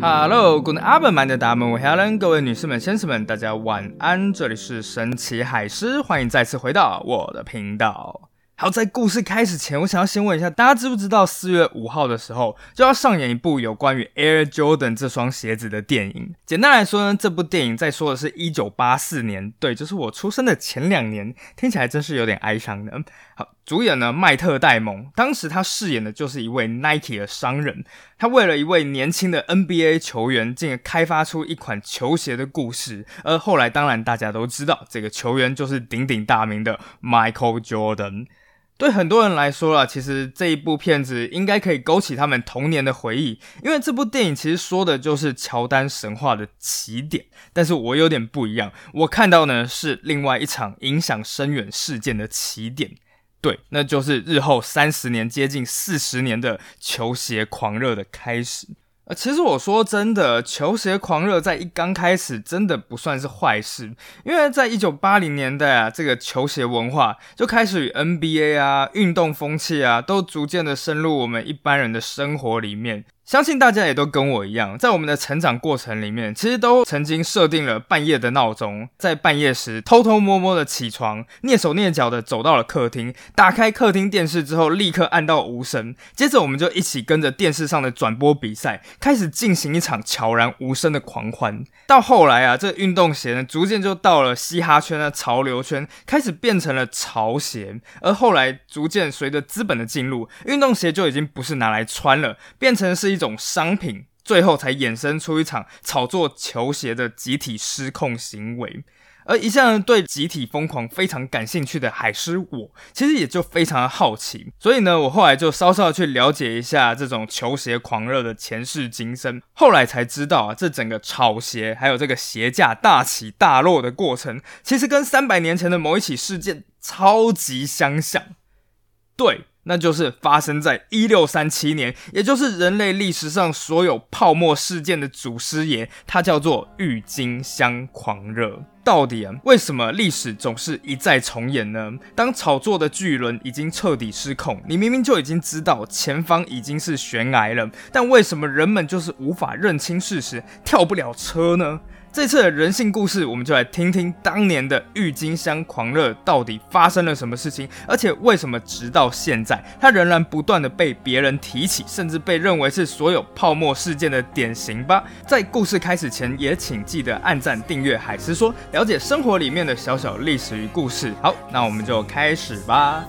Hello，Good Abend， 的达们，我 Helen， 各位女士们、先生们，大家晚安。这里是神奇海狮，欢迎再次回到我的频道。好，在故事开始前，我想要先问一下，大家知不知道4月5号的时候就要上演一部有关于 Air Jordan 这双鞋子的电影？简单来说呢，这部电影在说的是1984年，对，就是我出生的前2年，听起来真是有点哀伤的。好，主演呢麦特戴蒙，当时他饰演的就是一位 Nike 的商人，他为了一位年轻的 NBA 球员，进而开发出一款球鞋的故事。而后来当然大家都知道，这个球员就是鼎鼎大名的 Michael Jordan。对很多人来说啦，其实这一部片子应该可以勾起他们童年的回忆，因为这部电影其实说的就是乔丹神话的起点。但是我有点不一样，我看到呢是另外一场影响深远事件的起点。对，那就是日后30年接近40年的球鞋狂热的开始。其实我说真的，球鞋狂热在一刚开始真的不算是坏事，因为在1980年代啊，这个球鞋文化就开始与 NBA 啊、运动风气啊，都逐渐的深入我们一般人的生活里面。相信大家也都跟我一样，在我们的成长过程里面，其实都曾经设定了半夜的闹钟，在半夜时偷偷摸摸的起床，蹑手蹑脚的走到了客厅，打开客厅电视之后立刻按到无声，接着我们就一起跟着电视上的转播比赛，开始进行一场悄然无声的狂欢。到后来啊，这个运动鞋呢，逐渐就到了嘻哈圈的潮流圈，开始变成了潮鞋，而后来逐渐随着资本的进入，运动鞋就已经不是拿来穿了，变成是一种商品，最后才衍生出一场炒作球鞋的集体失控行为。而一向对集体疯狂非常感兴趣的海狮我，其实也就非常的好奇，所以呢，我后来就稍稍的去了解一下这种球鞋狂热的前世今生，后来才知道啊，这整个炒鞋还有这个鞋价大起大落的过程，其实跟300年前的某一起事件超级相像。对，那就是发生在1637年，也就是人类历史上所有泡沫事件的祖师爷，它叫做郁金香狂热。到底啊，为什么历史总是一再重演呢？当炒作的巨轮已经彻底失控，你明明就已经知道前方已经是悬崖了，但为什么人们就是无法认清事实，跳不了车呢？这次的人性故事，我们就来听听当年的郁金香狂热到底发生了什么事情，而且为什么直到现在，它仍然不断的被别人提起，甚至被认为是所有泡沫事件的典型吧。在故事开始前，也请记得按赞、订阅海狮说，了解生活里面的小小历史与故事。好，那我们就开始吧。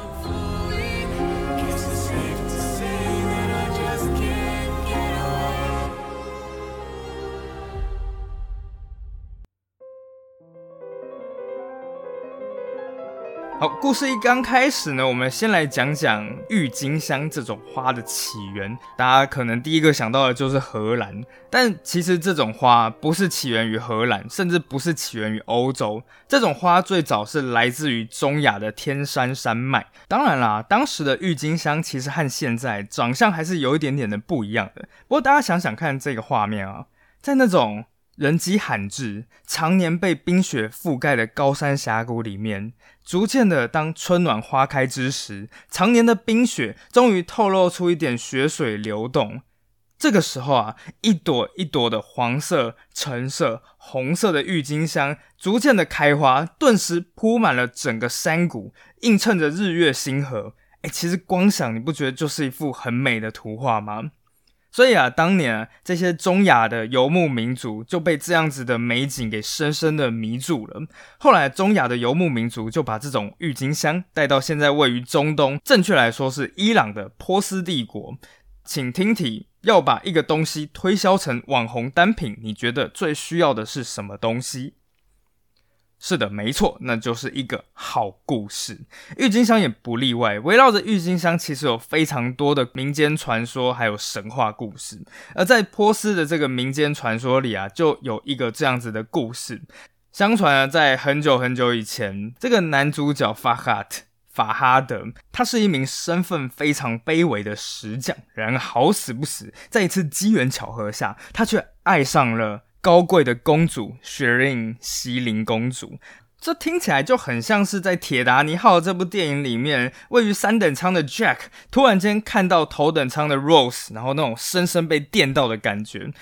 好，故事一刚开始呢，我们先来讲讲郁金香这种花的起源。大家可能第一个想到的就是荷兰，但其实这种花不是起源于荷兰，甚至不是起源于欧洲。这种花最早是来自于中亚的天山山脉。当然啦，当时的郁金香其实和现在长相还是有一点点的不一样的。不过大家想想看这个画面啊，在那种人迹罕至、常年被冰雪覆盖的高山峡谷里面，逐渐的当春暖花开之时，常年的冰雪终于透露出一点雪水流动。这个时候啊，一朵一朵的黄色、橙色、红色的郁金香逐渐的开花，顿时铺满了整个山谷，映衬着日月星河。其实光想你不觉得就是一幅很美的图画吗？所以啊，当年啊，这些中亚的游牧民族就被这样子的美景给深深的迷住了。后来中亚的游牧民族就把这种郁金香带到现在位于中东，正确来说是伊朗的波斯帝国。请听题，要把一个东西推销成网红单品，你觉得最需要的是什么东西？是的，没错，那就是一个好故事。郁金香也不例外，围绕着郁金香其实有非常多的民间传说还有神话故事。而在波斯的这个民间传说里啊，就有一个这样子的故事。相传啊，在很久很久以前，这个男主角法哈德，他是一名身份非常卑微的石匠，然而好死不死，在一次机缘巧合下，他却爱上了高贵的公主雪琳西林公主。这听起来就很像是在《铁达尼号》这部电影里面，位于3等舱的 Jack 突然间看到头等舱的 Rose， 然后那种深深被电到的感觉。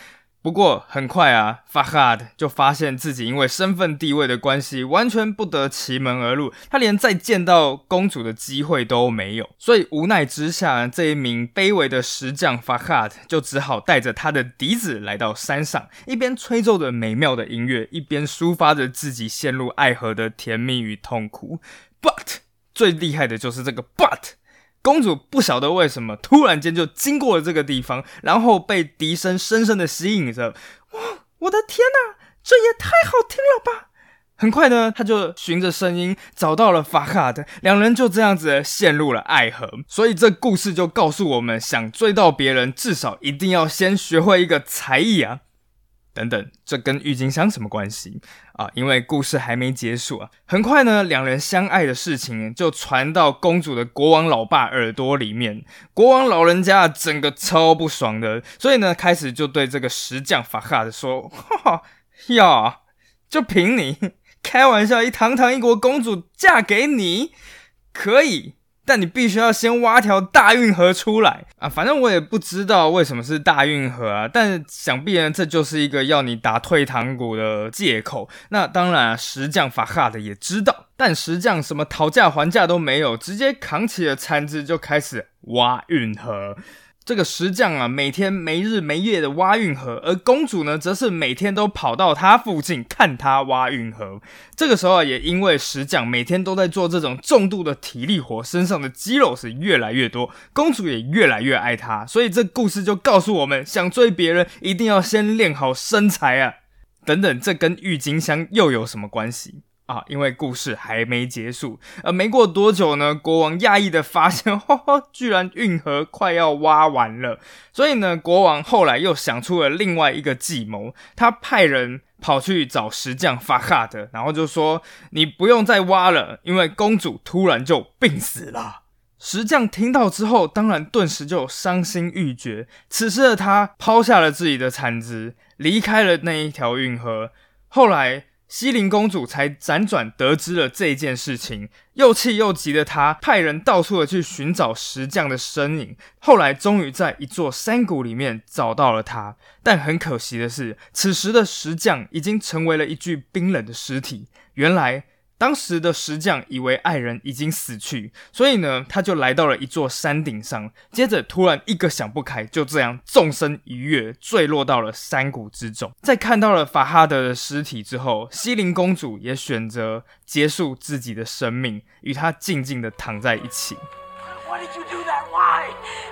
不过很快啊 Farhad 就发现自己因为身份地位的关系完全不得其门而入，他连再见到公主的机会都没有，所以无奈之下，这一名卑微的石匠 Farhad 就只好带着他的笛子来到山上，一边吹奏着美妙的音乐，一边抒发着自己陷入爱河的甜蜜与痛苦。 But 最厉害的就是这个 But，公主不晓得为什么突然间就经过了这个地方，然后被笛声深深的吸引着。哇，我的天哪，这也太好听了吧！很快呢，她就循着声音找到了法哈德，两人就这样子陷入了爱河。所以这故事就告诉我们，想追到别人，至少一定要先学会一个才艺啊！等等，这跟郁金香什么关系啊？因为故事还没结束啊。很快呢，两人相爱的事情就传到公主的国王老爸耳朵里面。国王老人家整个超不爽的，所以呢，开始就对这个石匠法哈的说：“哈哈呀，就凭你开玩笑，一堂堂一国公主嫁给你，可以。”但你必须要先挖条大运河出来啊！反正我也不知道为什么是大运河啊，但想必呢，这就是一个要你打退堂鼓的借口。那当然啊，石匠法哈的也知道，但石匠什么讨价还价都没有，直接扛起了铲子就开始挖运河。这个石匠啊，每天没日没夜的挖运河，而公主呢，则是每天都跑到他附近看他挖运河。这个时候啊，也因为石匠每天都在做这种重度的体力活，身上的肌肉是越来越多，公主也越来越爱他。所以这故事就告诉我们，想追别人一定要先练好身材啊！等等，这跟郁金香又有什么关系？因为故事还没结束，没过多久呢，国王讶异的发现，居然运河快要挖完了。所以呢，国王后来又想出了另外一个计谋，他派人跑去找石匠法哈德，然后就说：“你不用再挖了，因为公主突然就病死了。”石匠听到之后，当然顿时就伤心欲绝。此时的他抛下了自己的铲子，离开了那一条运河。后来西林公主才辗转得知了这件事情，又气又急的她派人到处的去寻找石匠的身影，后来终于在一座山谷里面找到了他。但很可惜的是，此时的石匠已经成为了一具冰冷的尸体。原来当时的石匠以为爱人已经死去，所以呢，他就来到了一座山顶上，接着突然一个想不开，就这样纵身一跃，坠落到了山谷之中。在看到了法哈德的尸体之后，西林公主也选择结束自己的生命，与他静静的躺在一起。 Why did you do that? Why?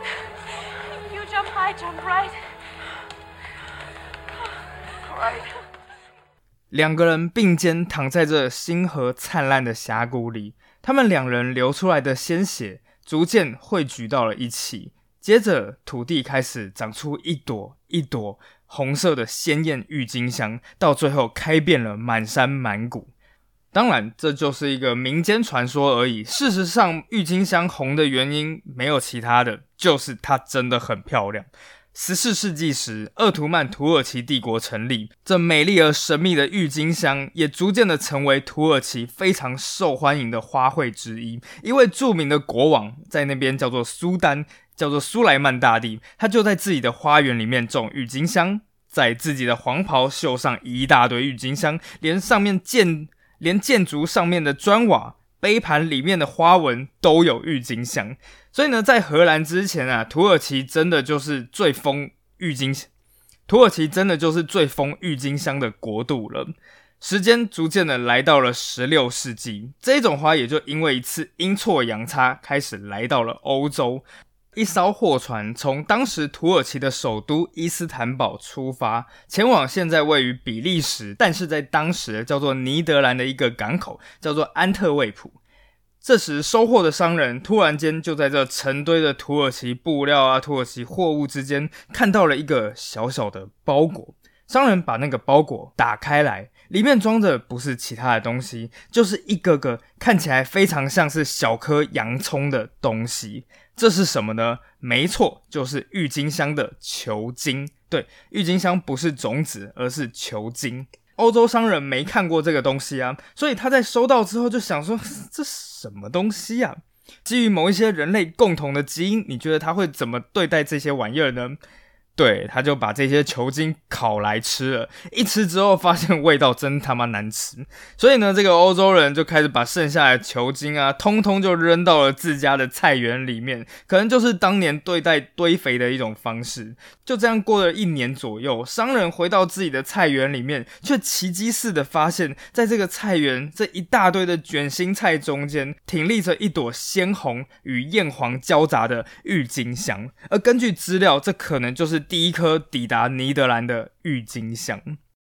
You jump high, jump right. Right. 两个人并肩躺在这星河灿烂的峡谷里，他们两人流出来的鲜血逐渐汇聚到了一起，接着土地开始长出一朵一朵红色的鲜艳郁金香，到最后开遍了满山满谷。当然，这就是一个民间传说而已。事实上，郁金香红的原因没有其他的，就是它真的很漂亮。14世纪时，鄂图曼土耳其帝国成立，这美丽而神秘的郁金香也逐渐的成为土耳其非常受欢迎的花卉之一。一位著名的国王在那边叫做苏丹，叫做苏莱曼大帝，他就在自己的花园里面种郁金香，在自己的黄袍绣上一大堆郁金香，连建筑上面的砖瓦、杯盘里面的花纹都有郁金香。所以呢，在荷兰之前啊，土耳其真的就是最疯郁金香的国度了。时间逐渐的来到了16世纪，这种花也就因为一次阴错阳差开始来到了欧洲。一艘货船从当时土耳其的首都伊斯坦堡出发，前往现在位于比利时，但是在当时叫做尼德兰的一个港口，叫做安特卫普。这时收货的商人突然间就在这成堆的土耳其布料啊、土耳其货物之间看到了一个小小的包裹。商人把那个包裹打开来，里面装着不是其他的东西，就是一个个看起来非常像是小颗洋葱的东西。这是什么呢？没错，就是郁金香的球茎。对，郁金香不是种子，而是球茎。欧洲商人没看过这个东西啊，所以他在收到之后就想说，这什么东西啊？基于某一些人类共同的基因，你觉得他会怎么对待这些玩意儿呢？ 对，他就把这些球茎烤来吃了，一吃之后发现味道真他妈难吃，所以呢，这个欧洲人就开始把剩下的球茎啊，通通就扔到了自家的菜园里面，可能就是当年对待堆肥的一种方式。就这样过了1年左右，商人回到自己的菜园里面，却奇迹似的发现，在这个菜园这一大堆的卷心菜中间，挺立着一朵鲜红与艳黄交杂的郁金香，而根据资料，这可能就是第一颗抵达尼德兰的郁金香。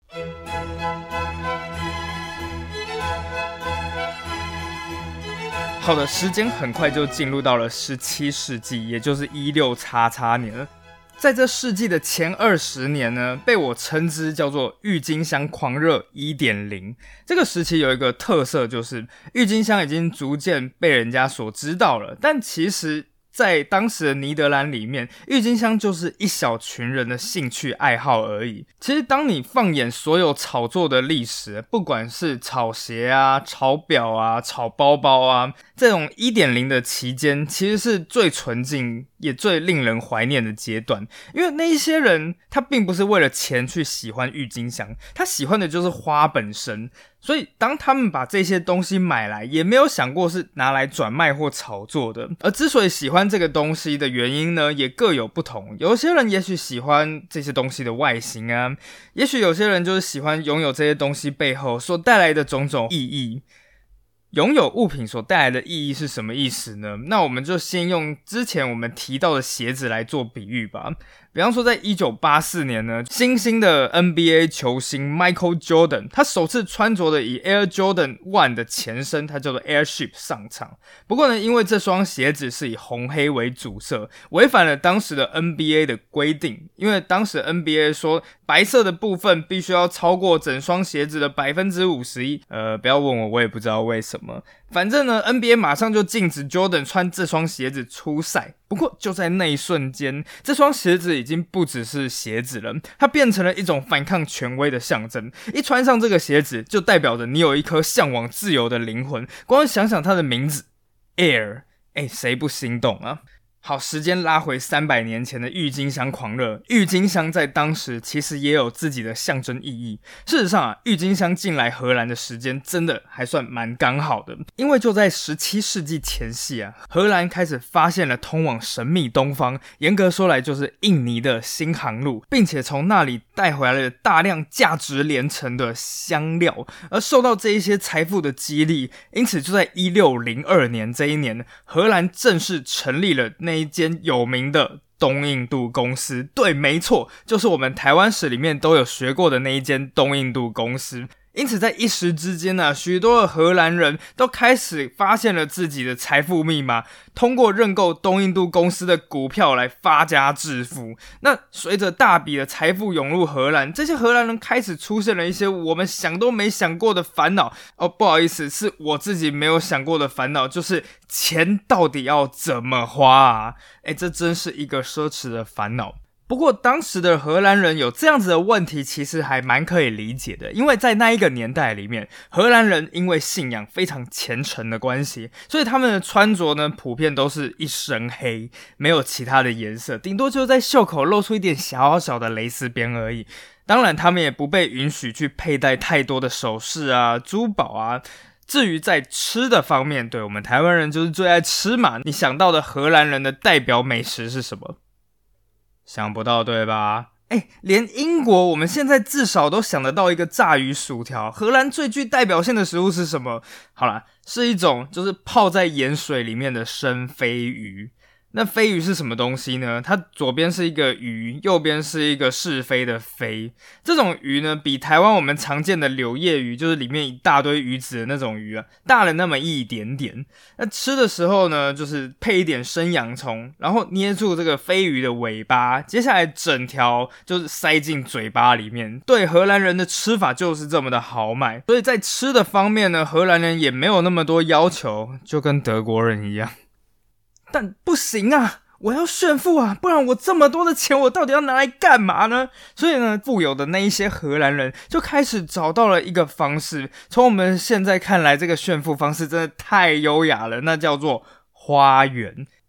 好的，时间很快就进入到了17世纪，也就是16XX年了。在这世纪的前20年呢，被我称之叫做郁金香狂热 1.0。这个时期有一个特色，就是郁金香已经逐渐被人家所知道了，但其实在当时的尼德兰里面，郁金香就是一小群人的兴趣爱好而已。其实当你放眼所有炒作的历史，不管是炒鞋啊、炒表啊、炒包包啊，这种 1.0 的期间其实是最纯净也最令人怀念的阶段。因为那一些人他并不是为了钱去喜欢郁金香，他喜欢的就是花本身。所以当他们把这些东西买来，也没有想过是拿来转卖或炒作的。而之所以喜欢这个东西的原因呢，也各有不同。有些人也许喜欢这些东西的外形啊，也许有些人就是喜欢拥有这些东西背后所带来的种种意义。拥有物品所带来的意义是什么意思呢？那我们就先用之前我们提到的鞋子来做比喻吧。比方说在1984年呢，新兴的 NBA 球星 Michael Jordan， 他首次穿着的以 Air Jordan 1的前身，它叫做 Airship 上场。不过呢，因为这双鞋子是以红黑为主色，违反了当时的 NBA 的规定。因为当时 NBA 说白色的部分必须要超过整双鞋子的 51%。不要问我也不知道为什么。反正呢 NBA 马上就禁止 Jordan 穿这双鞋子出赛。不过就在那一瞬间，这双鞋子已经不只是鞋子了，它变成了一种反抗权威的象征。一穿上这个鞋子，就代表着你有一颗向往自由的灵魂。光想想它的名字 Air， 谁不心动啊？好，时间拉回300年前的郁金香狂热，郁金香在当时其实也有自己的象征意义。事实上啊，郁金香进来荷兰的时间真的还算蛮刚好的，因为就在17世纪前夕啊，荷兰开始发现了通往神秘东方，严格说来就是印尼的新航路，并且从那里带回来了大量价值连城的香料，而受到这一些财富的激励，因此就在1602年这一年，荷兰正式成立了那一间有名的东印度公司。对，没错，就是我们台湾史里面都有学过的那一间东印度公司。因此在一时之间呢，许多的荷兰人都开始发现了自己的财富密码，通过认购东印度公司的股票来发家致富。那随着大笔的财富涌入荷兰，这些荷兰人开始出现了一些我们想都没想过的烦恼。不好意思，是我自己没有想过的烦恼，就是钱到底要怎么花啊？这真是一个奢侈的烦恼。不过当时的荷兰人有这样子的问题，其实还蛮可以理解的，因为在那一个年代里面，荷兰人因为信仰非常虔诚的关系，所以他们的穿着呢普遍都是一身黑，没有其他的颜色，顶多就在袖口露出一点小小的蕾丝边而已。当然他们也不被允许去佩戴太多的首饰啊、珠宝啊。至于在吃的方面，对，我们台湾人就是最爱吃嘛，你想到的荷兰人的代表美食是什么？想不到对吧？连英国我们现在至少都想得到一个炸鱼薯条，荷兰最具代表性的食物是什么？好啦，是一种就是泡在盐水里面的生飞鱼。那飞鱼是什么东西呢？它左边是一个鱼，右边是一个是非的非。这种鱼呢，比台湾我们常见的柳叶鱼，就是里面一大堆鱼子的那种鱼啊，大了那么一点点。那吃的时候呢，就是配一点生洋葱，然后捏住这个飞鱼的尾巴，接下来整条就是塞进嘴巴里面。对，荷兰人的吃法就是这么的豪迈，所以在吃的方面呢，荷兰人也没有那么多要求，就跟德国人一样。但不行啊，我要炫富啊，不然我这么多的钱我到底要拿来干嘛呢？所以呢，富有的那一些荷兰人就开始找到了一个方式，从我们现在看来这个炫富方式真的太优雅了，那叫做花园。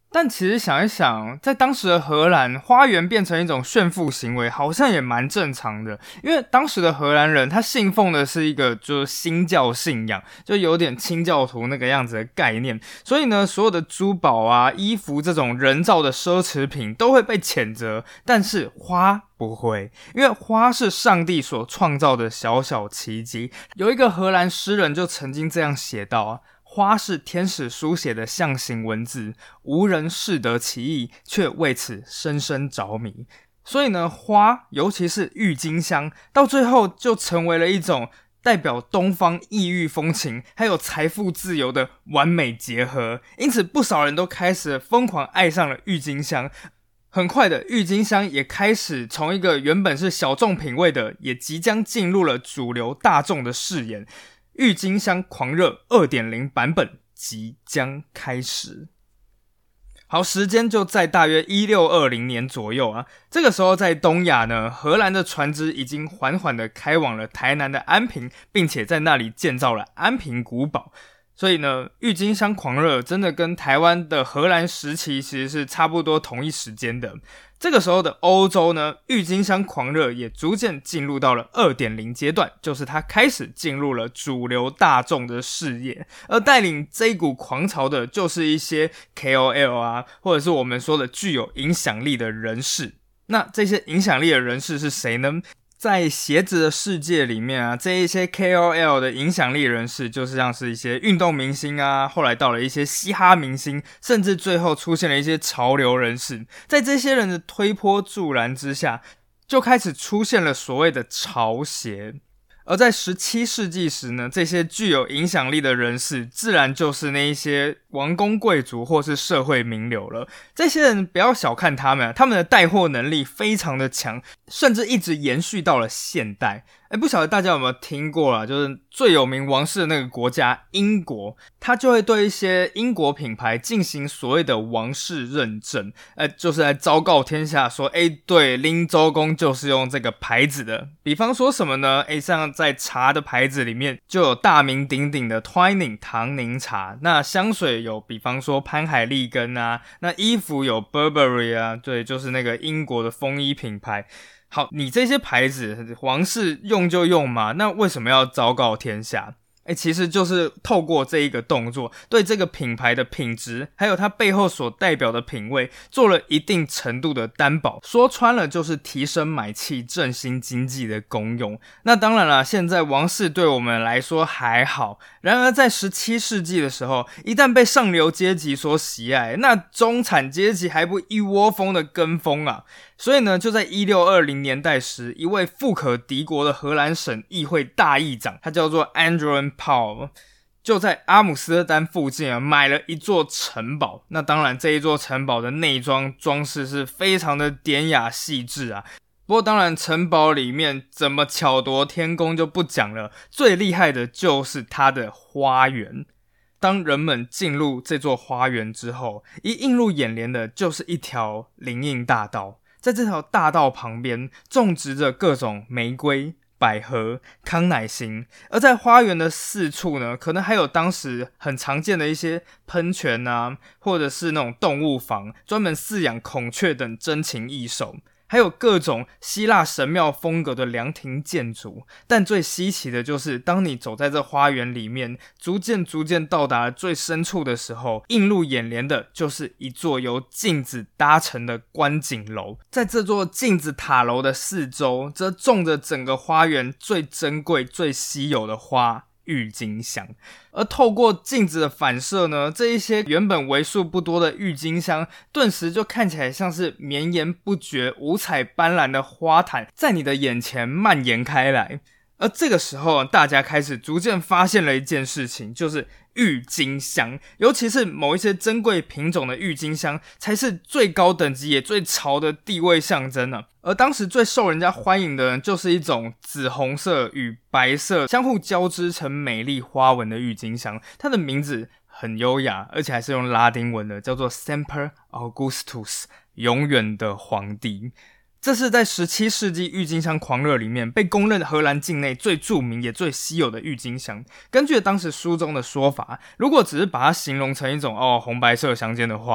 但其实想一想，在当时的荷兰，花园变成一种炫富行为，好像也蛮正常的。因为当时的荷兰人，他信奉的是一个就是新教信仰，就有点清教徒那个样子的概念。所以呢，所有的珠宝啊、衣服这种人造的奢侈品都会被谴责，但是花不会，因为花是上帝所创造的小小奇迹。有一个荷兰诗人就曾经这样写道啊，花是天使书写的象形文字，无人识得其意，却为此深深着迷。所以呢，花尤其是郁金香，到最后就成为了一种代表东方异域风情还有财富自由的完美结合。因此不少人都开始疯狂爱上了郁金香。很快的，郁金香也开始从一个原本是小众品味的，也即将进入了主流大众的视野。郁金香狂热 2.0 版本即将开始。好，时间就在大约1620年左右啊。这个时候在东亚呢，荷兰的船只已经缓缓的开往了台南的安平，并且在那里建造了安平古堡。所以呢，郁金香狂热真的跟台湾的荷兰时期其实是差不多同一时间的。这个时候的欧洲呢，郁金香狂热也逐渐进入到了 2.0 阶段，就是它开始进入了主流大众的视野。而带领这一股狂潮的就是一些 KOL 啊，或者是我们说的具有影响力的人士。那这些影响力的人士是谁呢？在鞋子的世界里面啊，这一些 KOL 的影响力人士就是像是一些运动明星啊，后来到了一些嘻哈明星，甚至最后出现了一些潮流人士。在这些人的推波助澜之下，就开始出现了所谓的潮鞋。而在17世纪时呢，这些具有影响力的人士自然就是那一些王公贵族或是社会名流了。这些人不要小看他们，他们的带货能力非常的强，甚至一直延续到了现代。不晓得大家有没有听过啦，就是最有名王室的那个国家英国，他就会对一些英国品牌进行所谓的王室认证，就是来昭告天下说，对，林周公就是用这个牌子的。比方说什么呢？像在茶的牌子里面就有大名鼎鼎的 Twinings 唐宁茶，那香水有比方说潘海利根啊，那衣服有 Burberry 啊，对，就是那个英国的风衣品牌。好，你这些牌子皇室用就用嘛，那为什么要昭告天下？其实就是透过这一个动作，对这个品牌的品质，还有它背后所代表的品味，做了一定程度的担保。说穿了，就是提升买气、振兴经济的功用。那当然啦，现在王室对我们来说还好，然而在17世纪的时候，一旦被上流阶级所喜爱，那中产阶级还不一窝蜂的跟风啊。所以呢，就在1620年代时，一位富可敌国的荷兰省议会大议长，他叫做 Andrew Paul， 就在阿姆斯特丹附近买了一座城堡。那当然，这一座城堡的内装装饰是非常的典雅细致啊。不过当然，城堡里面怎么巧夺天工就不讲了，最厉害的就是它的花园。当人们进入这座花园之后，一映入眼帘的就是一条林荫大道。在这条大道旁边种植着各种玫瑰、百合、康乃馨，而在花园的四处呢，可能还有当时很常见的一些喷泉啊，或者是那种动物房，专门饲养孔雀等珍禽异兽，还有各种希腊神庙风格的凉亭建筑。但最稀奇的就是，当你走在这花园里面，逐渐到达了最深处的时候，映入眼帘的就是一座由镜子搭成的观景楼。在这座镜子塔楼的四周，则种着整个花园最珍贵、最稀有的花——郁金香。而透过镜子的反射呢，这一些原本为数不多的郁金香，顿时就看起来像是绵延不绝、五彩斑斓的花毯，在你的眼前蔓延开来。而这个时候，大家开始逐渐发现了一件事情，就是郁金香，尤其是某一些珍贵品种的郁金香，才是最高等级也最潮的地位象征啊。而当时最受人家欢迎的，就是一种紫红色与白色相互交织成美丽花纹的郁金香，它的名字很优雅，而且还是用拉丁文的，叫做 Semper Augustus， 永远的皇帝。这是在17世纪郁金香狂热里面被公认荷兰境内最著名也最稀有的郁金香。根据当时书中的说法，如果只是把它形容成一种红白色相间的花，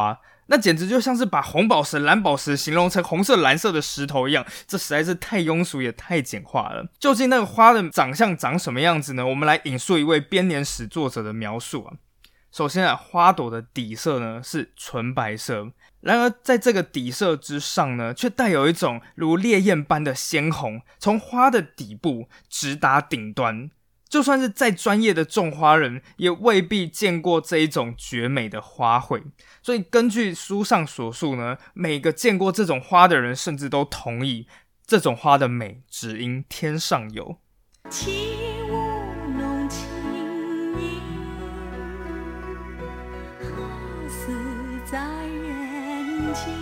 那简直就像是把红宝石、蓝宝石形容成红色、蓝色的石头一样，这实在是太庸俗也太简化了。究竟那个花的长相长什么样子呢？我们来引述一位编年史作者的描述啊。首先啊，花朵的底色呢是纯白色，然而在这个底色之上呢，却带有一种如烈焰般的鲜红，从花的底部直达顶端。就算是再专业的种花人，也未必见过这一种绝美的花卉。所以根据书上所述呢，每个见过这种花的人，甚至都同意，这种花的美只因天上有。 起舞弄清影，好似在人间。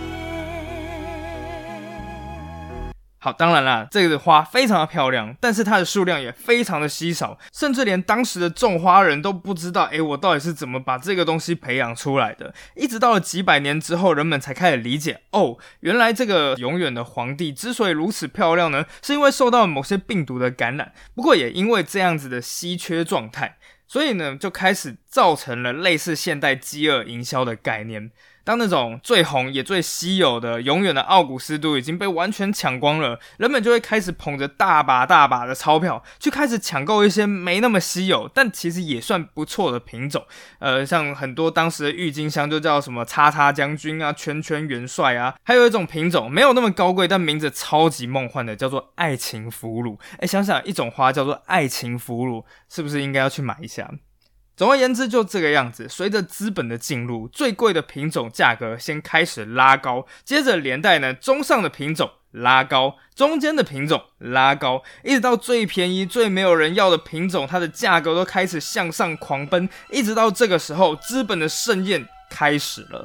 好，当然啦，这个花非常的漂亮，但是它的数量也非常的稀少，甚至连当时的种花人都不知道，我到底是怎么把这个东西培养出来的。一直到了几百年之后，人们才开始理解，原来这个永远的皇帝之所以如此漂亮呢，是因为受到了某些病毒的感染。不过也因为这样子的稀缺状态，所以呢，就开始造成了类似现代饥饿营销的概念。当那种最红也最稀有的永远的奥古斯都已经被完全抢光了，人们就会开始捧着大把大把的钞票去开始抢购一些没那么稀有但其实也算不错的品种。像很多当时的郁金香就叫什么叉叉将军啊、圈圈元帅啊，还有一种品种没有那么高贵但名字超级梦幻的，叫做爱情俘虏。想想一种花叫做爱情俘虏，是不是应该要去买一下？总而言之就这个样子，随着资本的进入，最贵的品种价格先开始拉高，接着连带呢中上的品种拉高，中间的品种拉高，一直到最便宜最没有人要的品种，它的价格都开始向上狂奔，一直到这个时候资本的盛宴开始了。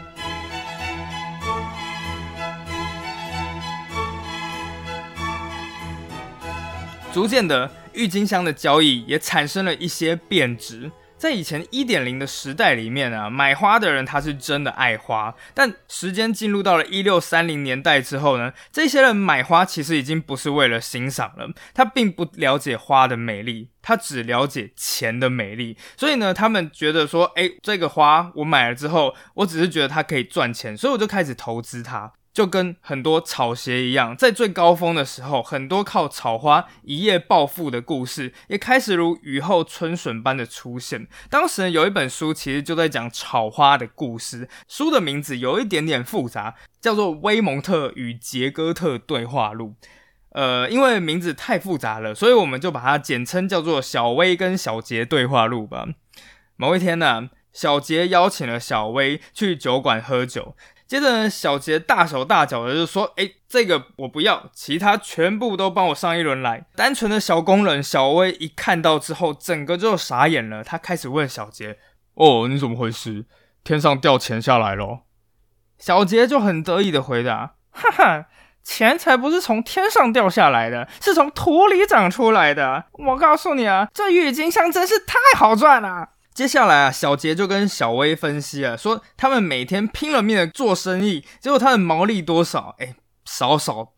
逐渐的郁金香的交易也产生了一些变质。在以前 1.0 的时代里面啊，买花的人他是真的爱花，但时间进入到了1630年代之后呢，这些人买花其实已经不是为了欣赏了，他并不了解花的美丽，他只了解钱的美丽。所以呢，他们觉得说这个花我买了之后，我只是觉得它可以赚钱，所以我就开始投资它。就跟很多草鞋一样，在最高峰的时候，很多靠草花一夜暴富的故事也开始如雨后春笋般的出现。当时有一本书其实就在讲草花的故事，书的名字有一点点复杂，叫做《威蒙特与杰哥特对话录》。因为名字太复杂了，所以我们就把它简称叫做小威跟小杰对话录吧。某一天呢，小杰邀请了小威去酒馆喝酒，接着呢，小杰大手大脚的就说这个我不要，其他全部都帮我上一轮来。单纯的小工人小威一看到之后，整个就傻眼了，他开始问小杰，你怎么回事？天上掉钱下来咯？小杰就很得意的回答，哈哈，钱才不是从天上掉下来的，是从土里长出来的。我告诉你啊，这郁金香真是太好赚了。接下来啊，小杰就跟小威分析啊，说他们每天拼了命的做生意，结果他的毛利多少？少少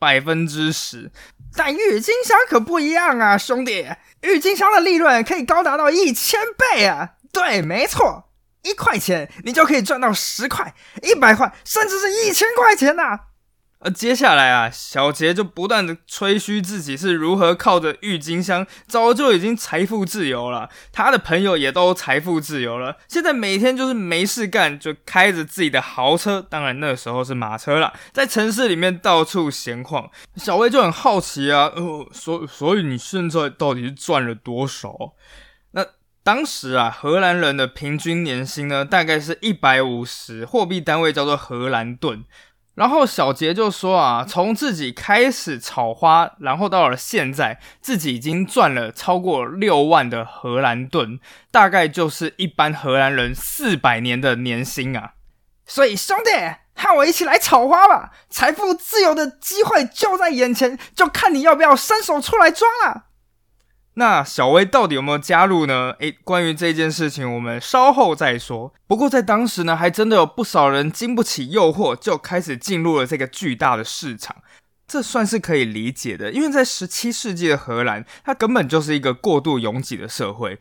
10%。但郁金香可不一样啊，兄弟，郁金香的利润可以高达到1000倍啊！对，没错，1块钱你就可以赚到10块、100块，甚至是1000块钱啊！接下来啊，小杰就不断的吹嘘自己是如何靠着郁金香早就已经财富自由了，他的朋友也都财富自由了，现在每天就是没事干，就开着自己的豪车，当然那时候是马车啦，在城市里面到处闲晃。小威就很好奇啊，所以你现在到底是赚了多少？那当时啊，荷兰人的平均年薪呢，大概是150，货币单位叫做荷兰盾。然后小杰就说啊，从自己开始炒花，然后到了现在，自己已经赚了超过6万的荷兰盾，大概就是一般荷兰人400年的年薪啊。所以兄弟，和我一起来炒花吧，财富自由的机会就在眼前，就看你要不要伸手出来抓了。那小威到底有没有加入呢？关于这件事情我们稍后再说。不过在当时呢，还真的有不少人经不起诱惑，就开始进入了这个巨大的市场。这算是可以理解的，因为在17世纪的荷兰，它根本就是一个过度拥挤的社会，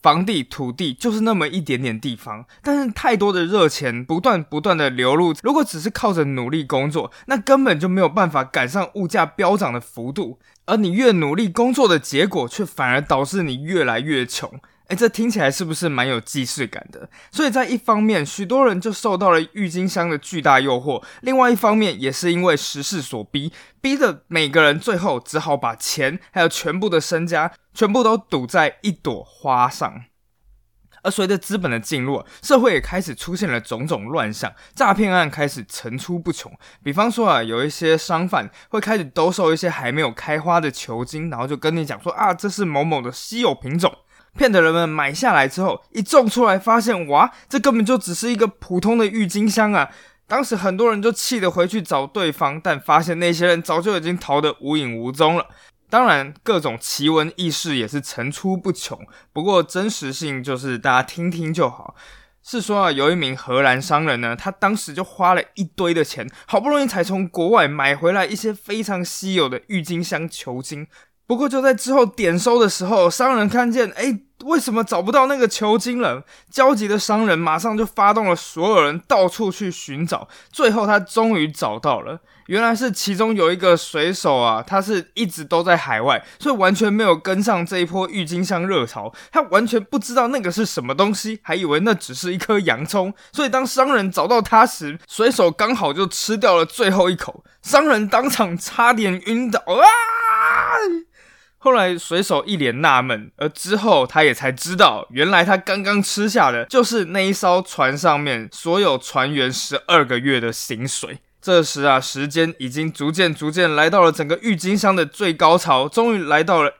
房地土地就是那么一点点地方，但是太多的热钱不断的流入，如果只是靠着努力工作，那根本就没有办法赶上物价飙涨的幅度，而你越努力工作的结果，却反而导致你越来越穷。这听起来是不是蛮有既视感的？所以在一方面，许多人就受到了郁金香的巨大诱惑，另外一方面也是因为时势所逼，逼得每个人最后只好把钱还有全部的身家全部都赌在一朵花上。而随着资本的进入，社会也开始出现了种种乱象，诈骗案开始层出不穷。比方说有一些商贩会开始兜售一些还没有开花的球茎，然后就跟你讲说这是某某的稀有品种，骗得人们买下来之后，一种出来发现，哇，这根本就只是一个普通的郁金香啊！当时很多人就气得回去找对方，但发现那些人早就已经逃得无影无踪了。当然，各种奇闻异事也是层出不穷，不过真实性就是大家听听就好。是说有一名荷兰商人呢，他当时就花了一堆的钱，好不容易才从国外买回来一些非常稀有的郁金香球茎。不过就在之后点收的时候，商人看见为什么找不到那个球茎了？焦急的商人马上就发动了所有人到处去寻找，最后他终于找到了。原来是其中有一个水手他是一直都在海外，所以完全没有跟上这一波郁金香热潮，他完全不知道那个是什么东西，还以为那只是一颗洋葱。所以当商人找到他时，水手刚好就吃掉了最后一口，商人当场差点晕倒后来水手一脸纳闷，而之后他也才知道，原来他刚刚吃下的就是那一艘船上面所有船员12个月的薪水。这时时间已经逐渐来到了整个郁金香的最高潮，终于来到了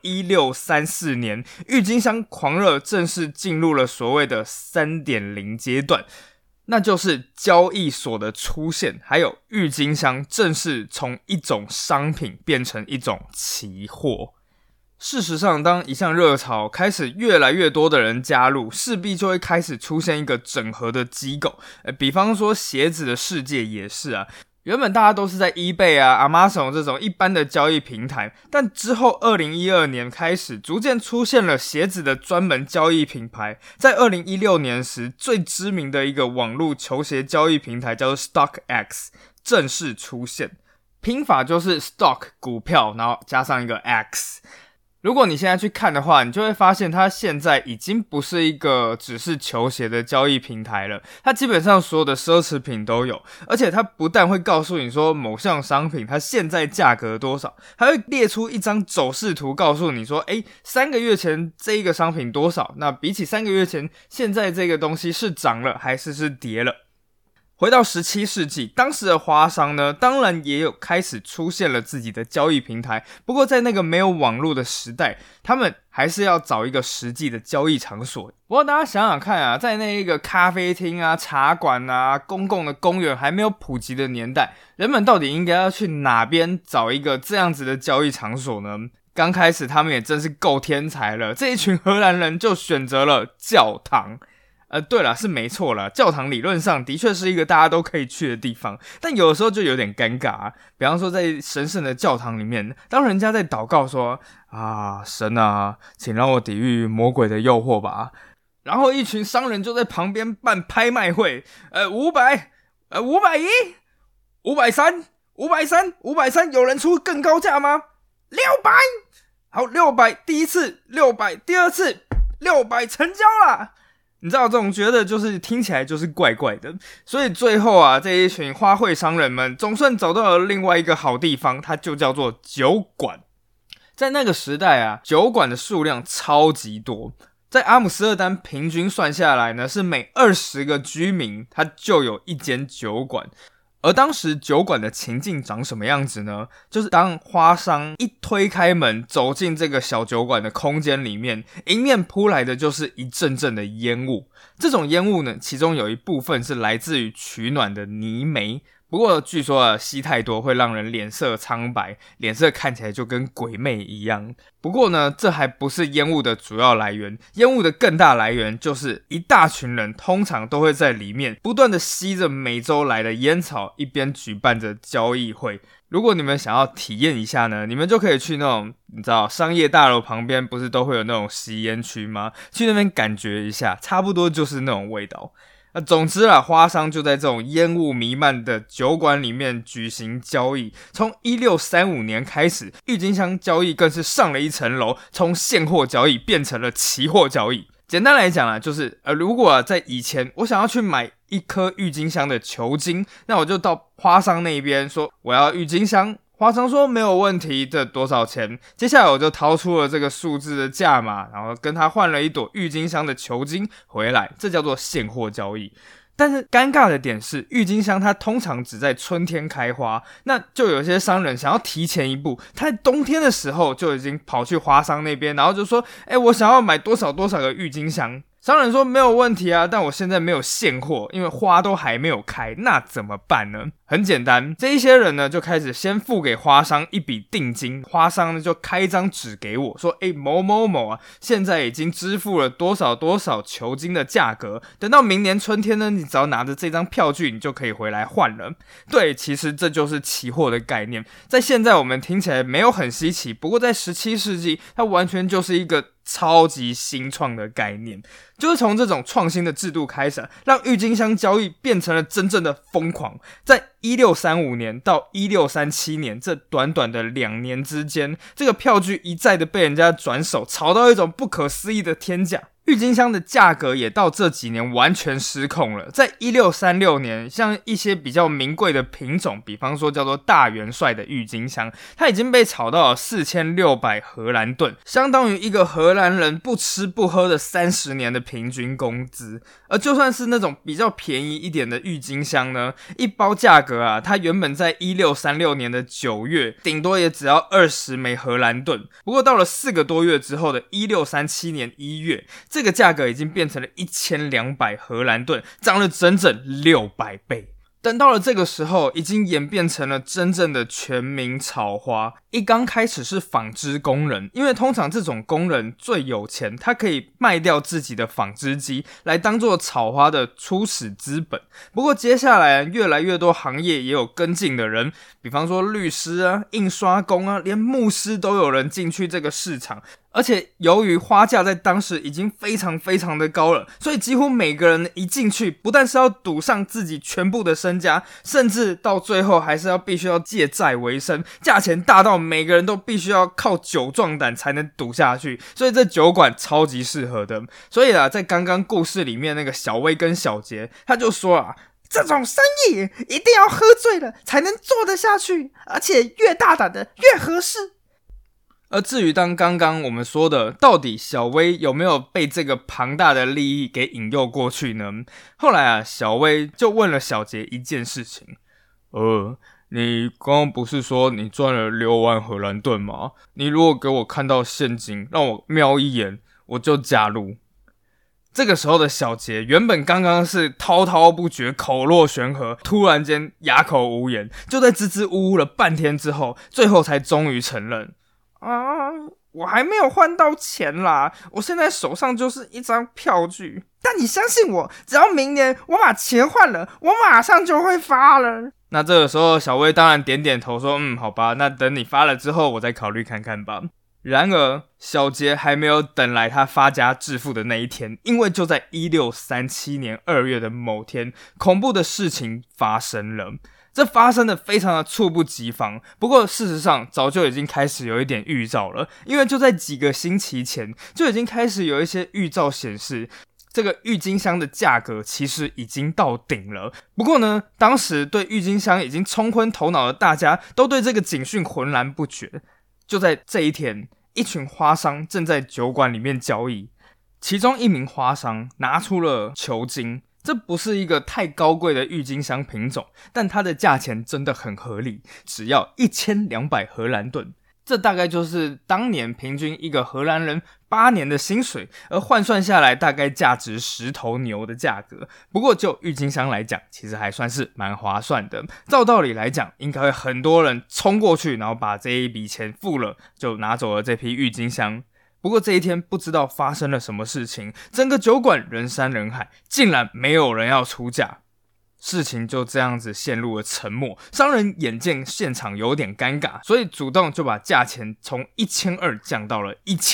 1634年，郁金香狂热正式进入了所谓的 3.0 阶段，那就是交易所的出现，还有郁金香正式从一种商品变成一种期货。事实上，当一项热潮开始越来越多的人加入，势必就会开始出现一个整合的机构。比方说鞋子的世界也是原本大家都是在 eBay Amazon 这种一般的交易平台，但之后2012年开始逐渐出现了鞋子的专门交易品牌。在2016年时，最知名的一个网络球鞋交易平台叫做 StockX 正式出现，拼法就是 Stock 股票，然后加上一个 X。如果你现在去看的话，你就会发现它现在已经不是一个只是球鞋的交易平台了，它基本上所有的奢侈品都有，而且它不但会告诉你说某项商品它现在价格多少，还会列出一张走势图告诉你说3个月前这一个商品多少，那比起3个月前现在这个东西是涨了还是跌了。回到17世纪，当时的花商呢，当然也有开始出现了自己的交易平台，不过在那个没有网络的时代，他们还是要找一个实际的交易场所。不过大家想想看在那一个咖啡厅茶馆公共的公园还没有普及的年代，人们到底应该要去哪边找一个这样子的交易场所呢？刚开始他们也真是够天才了，这一群荷兰人就选择了教堂。对啦，是没错啦，教堂理论上的确是一个大家都可以去的地方，但有的时候就有点尴尬比方说在神圣的教堂里面，当人家在祷告说神请让我抵御魔鬼的诱惑吧，然后一群商人就在旁边办拍卖会，500 510 530 530 530，有人出更高价吗？ 600， 好，600第一次，600第二次，600成交啦。你知道这种觉得就是听起来就是怪怪的，所以最后这一群花卉商人们总算找到了另外一个好地方，它就叫做酒馆。在那个时代酒馆的数量超级多，在阿姆斯特丹平均算下来呢，是每20个居民它就有一间酒馆。而当时酒馆的情境长什么样子呢？就是当花商一推开门走进这个小酒馆的空间里面，迎面扑来的就是一阵阵的烟雾。这种烟雾呢，其中有一部分是来自于取暖的泥煤， 不过据说啊，吸太多会让人脸色苍白，脸色看起来就跟鬼魅一样。不过呢，这还不是烟雾的主要来源，烟雾的更大来源就是一大群人通常都会在里面不断的吸着美洲来的烟草，一边举办着交易会。如果你们想要体验一下呢，你们就可以去那种你知道商业大楼旁边不是都会有那种吸烟区吗？去那边感觉一下，差不多就是那种味道。总之啦，花商就在这种烟雾弥漫的酒馆里面举行交易。从1635年开始，郁金香交易更是上了一层楼，从现货交易变成了期货交易。简单来讲啦，就是如果在以前我想要去买一颗郁金香的球茎，那我就到花商那边说我要郁金香。花商说没有问题，这多少钱？接下来我就掏出了这个数字的价码，然后跟他换了一朵郁金香的球茎回来，这叫做现货交易。但是尴尬的点是，郁金香它通常只在春天开花，那就有些商人想要提前一步，他在冬天的时候就已经跑去花商那边，然后就说我想要买多少多少个郁金香。商人说没有问题啊，但我现在没有现货，因为花都还没有开，那怎么办呢？很简单，这一些人呢就开始先付给花商一笔定金，花商呢就开一张纸给我说某某某啊，现在已经支付了多少多少球金的价格，等到明年春天呢，你只要拿着这张票据，你就可以回来换了。对，其实这就是期货的概念，在现在我们听起来没有很稀奇，不过在17世纪它完全就是一个超级新创的概念，就是从这种创新的制度开始，让郁金香交易变成了真正的疯狂。在1635年到1637年这短短的2年之间，这个票据一再的被人家转手，炒到一种不可思议的天价。郁金香的价格也到这几年完全失控了。在1636年，像一些比较名贵的品种，比方说叫做大元帅的郁金香，它已经被炒到了4600荷兰盾，相当于一个荷兰人不吃不喝的30年的平均工资。而就算是那种比较便宜一点的郁金香呢，一包价格啊，它原本在1636年的9月，顶多也只要20枚荷兰盾。不过到了4个多月之后的1637年1月，这个价格已经变成了1200荷兰盾，涨了整整600倍。等到了这个时候，已经演变成了真正的全民炒花。一刚开始是纺织工人，因为通常这种工人最有钱，他可以卖掉自己的纺织机来当做炒花的初始资本。不过接下来越来越多行业也有跟进的人，比方说律师啊、印刷工啊，连牧师都有人进去这个市场。而且由于花价在当时已经非常非常的高了，所以几乎每个人一进去，不但是要赌上自己全部的身家，甚至到最后还是必须要借债为生，价钱大到每个人都必须要靠酒壮胆才能赌下去，所以这酒馆超级适合的。所以在刚刚故事里面那个小薇跟小杰，他就说这种生意一定要喝醉了才能做得下去，而且越大胆的越合适。而至于当刚刚我们说的，到底小薇有没有被这个庞大的利益给引诱过去呢？后来小薇就问了小杰一件事情，你刚刚不是说你赚了6万荷兰盾吗？你如果给我看到现金，让我瞄一眼，我就加入。这个时候的小杰原本刚刚是滔滔不绝、口若悬河，突然间哑口无言，就在支支吾吾了半天之后，最后才终于承认我还没有换到钱啦，我现在手上就是一张票据。但你相信我，只要明年我把钱换了，我马上就会发了。那这个时候小薇当然点点头说好吧，那等你发了之后我再考虑看看吧。然而小杰还没有等来他发家致富的那一天，因为就在1637年2月的某天，恐怖的事情发生了。这发生的非常的猝不及防，不过事实上早就已经开始有一点预兆了，因为就在几个星期前就已经开始有一些预兆显示，这个郁金香的价格其实已经到顶了。不过呢，当时对郁金香已经冲昏头脑的大家都对这个警讯浑然不觉。就在这一天，一群花商正在酒馆里面交易，其中一名花商拿出了球茎。这不是一个太高贵的郁金香品种，但它的价钱真的很合理，只要1200荷兰盾。这大概就是当年平均一个荷兰人 8年的薪水，而换算下来大概价值10头牛的价格。不过就郁金香来讲，其实还算是蛮划算的。照道理来讲，应该会很多人冲过去，然后把这一笔钱付了，就拿走了这批郁金香。不过这一天不知道发生了什么事情，整个酒馆人山人海，竟然没有人要出价。事情就这样子陷入了沉默，商人眼见现场有点尴尬，所以主动就把价钱从1200降到了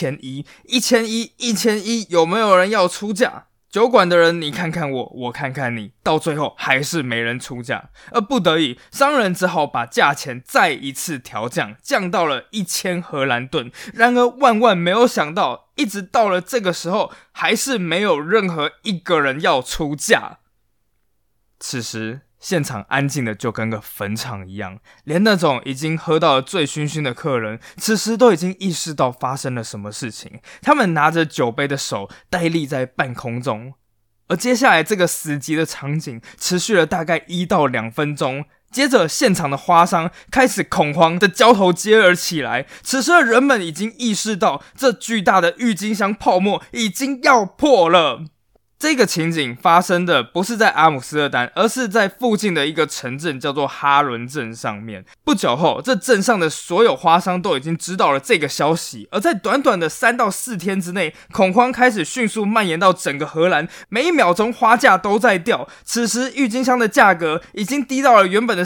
1100，1100，1100，有没有人要出价？酒馆的人你看看我，我看看你，到最后还是没人出价，而不得已，商人只好把价钱再一次调降，降到了1000荷兰盾。然而万万没有想到，一直到了这个时候，还是没有任何一个人要出价。此时现场安静的就跟个坟场一样，连那种已经喝到了醉醺醺的客人，此时都已经意识到发生了什么事情。他们拿着酒杯的手呆立在半空中，而接下来这个死寂的场景持续了大概1到2分钟。接着现场的花商开始恐慌的交头接耳起来，此时的人们已经意识到这巨大的郁金香泡沫已经要破了。这个情景发生的不是在阿姆斯特丹，而是在附近的一个城镇叫做哈伦镇上面。不久后，这镇上的所有花商都已经知道了这个消息，而在短短的3到4天之内，恐慌开始迅速蔓延到整个荷兰，每1秒钟花价都在掉。此时郁金香的价格已经低到了原本的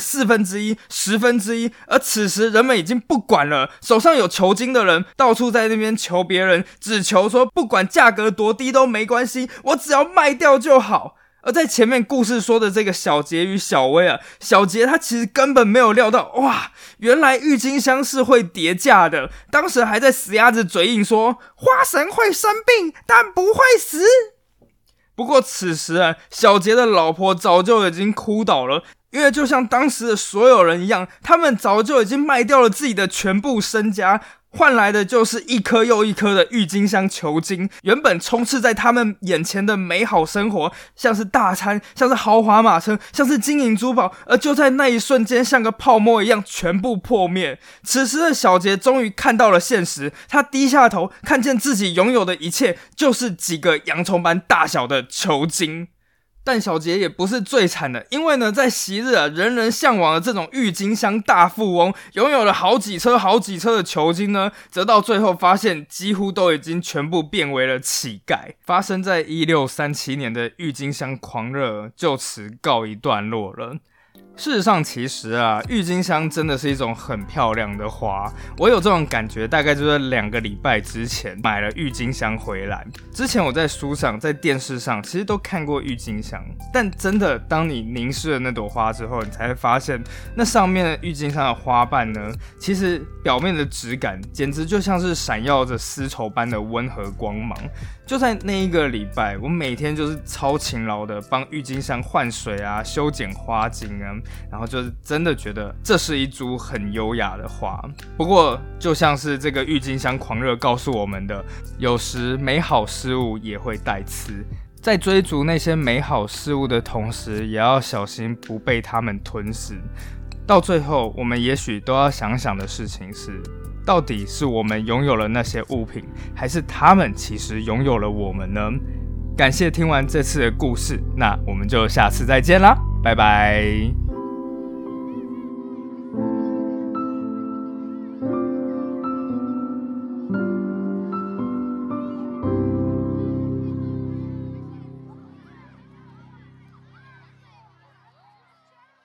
1/4、1/10，而此时人们已经不管了，手上有球金的人到处在那边求别人，只求说不管价格多低都没关系，我只要卖掉就好。而在前面故事说的这个小杰与小薇啊，小杰他其实根本没有料到，哇，原来郁金香是会跌价的。当时还在死鸭子嘴硬说，花神会生病，但不会死。不过此时啊，小杰的老婆早就已经哭倒了，因为就像当时的所有人一样，他们早就已经卖掉了自己的全部身家，换来的就是一颗又一颗的郁金香球金。原本充斥在他们眼前的美好生活，像是大餐，像是豪华马车，像是金银珠宝，而就在那一瞬间像个泡沫一样全部破灭。此时的小杰终于看到了现实，他低下头，看见自己拥有的一切就是几个洋葱般大小的球金。但小杰也不是最惨的，因为呢，在昔日啊，人人向往的这种郁金香大富翁，拥有了好几车的球金呢，则到最后发现几乎都已经全部变为了乞丐。发生在1637年的郁金香狂热就此告一段落了。事实上，其实啊，郁金香真的是一种很漂亮的花。我有这种感觉，大概就是2个礼拜之前买了郁金香回来。之前我在书上、在电视上，其实都看过郁金香，但真的当你凝视了那朵花之后，你才会发现，那上面的郁金香的花瓣呢，其实表面的质感简直就像是闪耀着丝绸般的温和光芒。就在那1个礼拜，我每天就是超勤劳的帮郁金香换水啊、修剪花茎啊，然后就是真的觉得这是一株很优雅的花。不过就像是这个郁金香狂热告诉我们的，有时美好事物也会带刺，在追逐那些美好事物的同时，也要小心不被它们吞噬。到最后，我们也许都要想想的事情是，到底是我们拥有了那些物品，还是他们其实拥有了我们呢？感谢听完这次的故事，那我们就下次再见啦，拜拜。